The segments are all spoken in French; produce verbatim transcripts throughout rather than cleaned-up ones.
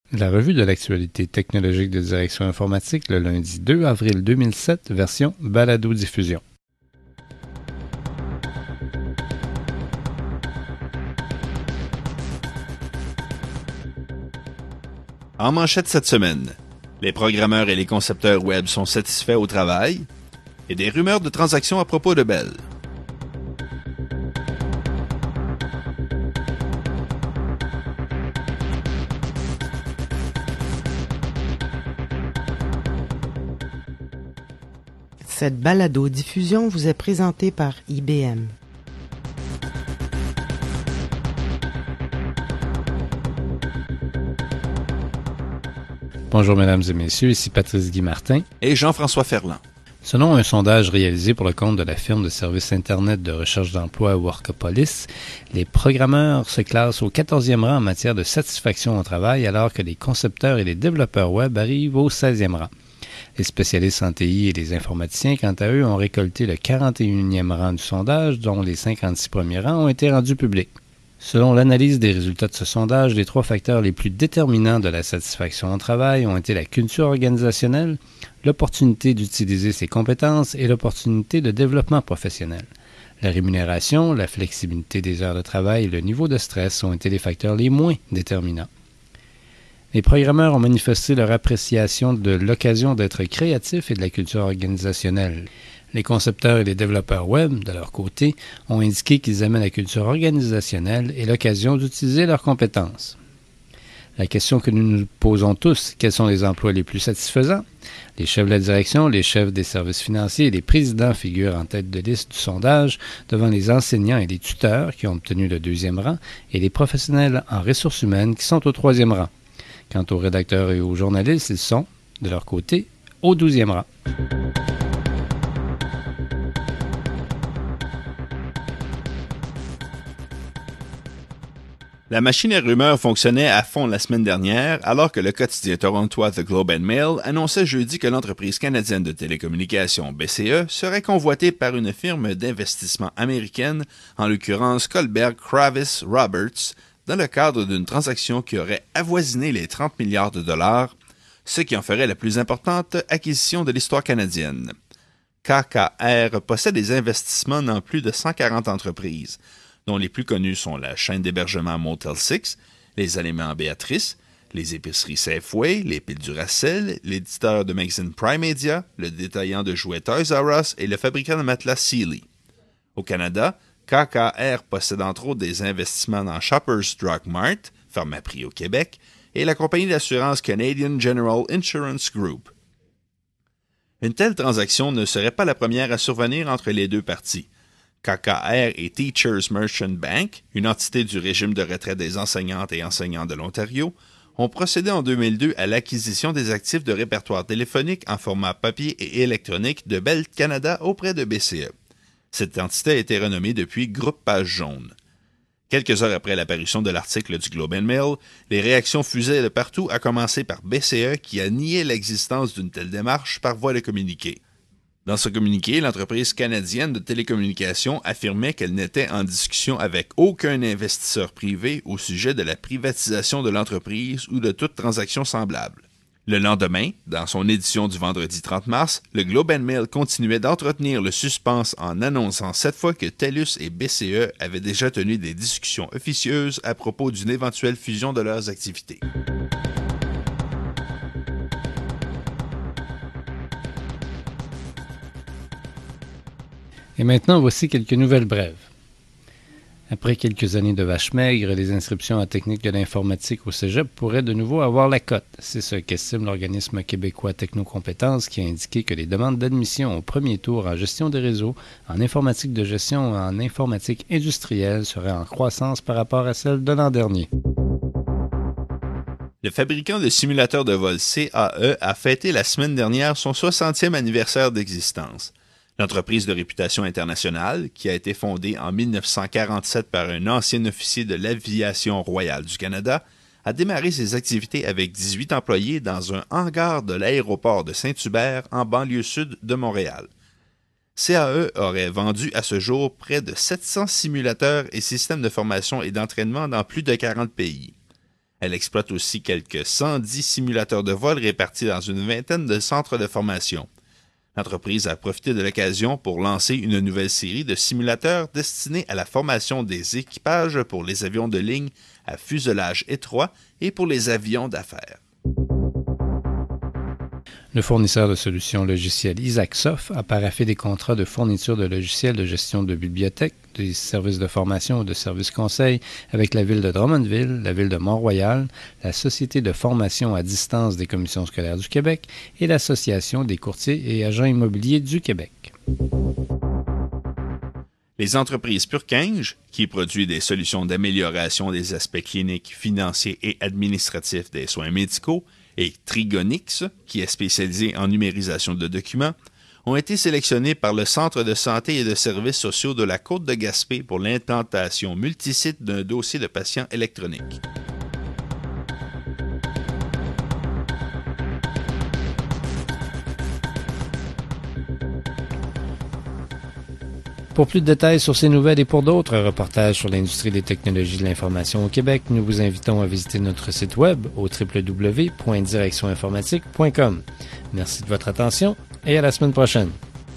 La revue de l'actualité technologique de Direction Informatique le lundi deux avril deux mille sept, version balado-diffusion. En manchette cette semaine, les programmeurs et les concepteurs web sont satisfaits au travail et des rumeurs de transactions à propos de Bell. Cette balado-diffusion vous est présentée par I B M. Bonjour mesdames et messieurs, ici Patrice Guy Martin et Jean-François Ferland. Selon un sondage réalisé pour le compte de la firme de services Internet de recherche d'emploi Workopolis, les programmeurs se classent au quatorzième rang en matière de satisfaction au travail, alors que les concepteurs et les développeurs web arrivent au seizième rang. Les spécialistes en T I et les informaticiens, quant à eux, ont récolté le quarante et unième rang du sondage, dont les cinquante-six premiers rangs ont été rendus publics. Selon l'analyse des résultats de ce sondage, les trois facteurs les plus déterminants de la satisfaction au travail ont été la culture organisationnelle, l'opportunité d'utiliser ses compétences et l'opportunité de développement professionnel. La rémunération, la flexibilité des heures de travail et le niveau de stress ont été les facteurs les moins déterminants. Les programmeurs ont manifesté leur appréciation de l'occasion d'être créatifs et de la culture organisationnelle. Les concepteurs et les développeurs web, de leur côté, ont indiqué qu'ils aimaient la culture organisationnelle et l'occasion d'utiliser leurs compétences. La question que nous nous posons tous, quels sont les emplois les plus satisfaisants? Les chefs de la direction, les chefs des services financiers et les présidents figurent en tête de liste du sondage devant les enseignants et les tuteurs qui ont obtenu le deuxième rang et les professionnels en ressources humaines qui sont au troisième rang. Quant aux rédacteurs et aux journalistes, ils sont, de leur côté, au douzième rang. La machine à rumeurs fonctionnait à fond la semaine dernière, alors que le quotidien torontois The Globe and Mail annonçait jeudi que l'entreprise canadienne de télécommunications B C E serait convoitée par une firme d'investissement américaine, en l'occurrence Kohlberg Kravis Roberts, dans le cadre d'une transaction qui aurait avoisiné les trente milliards de dollars, ce qui en ferait la plus importante acquisition de l'histoire canadienne. K K R possède des investissements dans plus de cent quarante entreprises, dont les plus connues sont la chaîne d'hébergement Motel six, les aliments Béatrice, les épiceries Safeway, les piles Duracell, l'éditeur de magazine Prime Media, le détaillant de jouets Toys R Us et le fabricant de matelas Sealy. Au Canada, K K R possède entre autres des investissements dans Shoppers Drug Mart, Pharmaprix au Québec, et la compagnie d'assurance Canadian General Insurance Group. Une telle transaction ne serait pas la première à survenir entre les deux parties. K K R et Teachers Merchant Bank, une entité du régime de retraite des enseignantes et enseignants de l'Ontario, ont procédé en deux mille deux à l'acquisition des actifs de répertoire téléphonique en format papier et électronique de Bell Canada auprès de B C E. Cette entité a été renommée depuis Groupe Page Jaune. Quelques heures après l'apparition de l'article du Globe and Mail, les réactions fusaient de partout, à commencer par B C E qui a nié l'existence d'une telle démarche par voie de communiqué. Dans ce communiqué, l'entreprise canadienne de télécommunications affirmait qu'elle n'était en discussion avec aucun investisseur privé au sujet de la privatisation de l'entreprise ou de toute transaction semblable. Le lendemain, dans son édition du vendredi trente mars, le Globe and Mail continuait d'entretenir le suspense en annonçant cette fois que TELUS et B C E avaient déjà tenu des discussions officieuses à propos d'une éventuelle fusion de leurs activités. Et maintenant, voici quelques nouvelles brèves. Après quelques années de vaches maigres, les inscriptions à technique de l'informatique au cégep pourraient de nouveau avoir la cote. C'est ce qu'estime l'organisme québécois Technocompétences qui a indiqué que les demandes d'admission au premier tour en gestion des réseaux, en informatique de gestion et en informatique industrielle seraient en croissance par rapport à celles de l'an dernier. Le fabricant de simulateurs de vol C A E a fêté la semaine dernière son soixantième anniversaire d'existence. L'entreprise de réputation internationale, qui a été fondée en dix-neuf cent quarante-sept par un ancien officier de l'Aviation royale du Canada, a démarré ses activités avec dix-huit employés dans un hangar de l'aéroport de Saint-Hubert en banlieue sud de Montréal. C A E aurait vendu à ce jour près de sept cents simulateurs et systèmes de formation et d'entraînement dans plus de quarante pays. Elle exploite aussi quelques cent dix simulateurs de vol répartis dans une vingtaine de centres de formation. L'entreprise a profité de l'occasion pour lancer une nouvelle série de simulateurs destinés à la formation des équipages pour les avions de ligne à fuselage étroit et pour les avions d'affaires. Le fournisseur de solutions logicielles Isaacsoft a paraphé des contrats de fourniture de logiciels de gestion de bibliothèques, des services de formation ou de services conseils avec la ville de Drummondville, la ville de Mont-Royal, la Société de formation à distance des commissions scolaires du Québec et l'Association des courtiers et agents immobiliers du Québec. Les entreprises Purkinje, qui produit des solutions d'amélioration des aspects cliniques, financiers et administratifs des soins médicaux, et Trigonix, qui est spécialisé en numérisation de documents, ont été sélectionnés par le Centre de santé et de services sociaux de la Côte-de-Gaspé pour l'implantation multisite d'un dossier de patient électronique. Pour plus de détails sur ces nouvelles et pour d'autres reportages sur l'industrie des technologies de l'information au Québec, nous vous invitons à visiter notre site web au w w w point direction informatique point com. Merci de votre attention et à la semaine prochaine.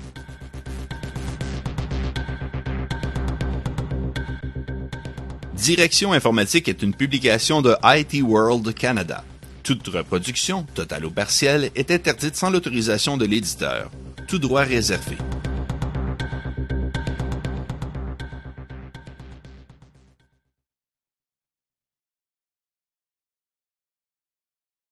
Direction informatique est une publication de I T World Canada. Toute reproduction, totale ou partielle, est interdite sans l'autorisation de l'éditeur. Tout droit réservé.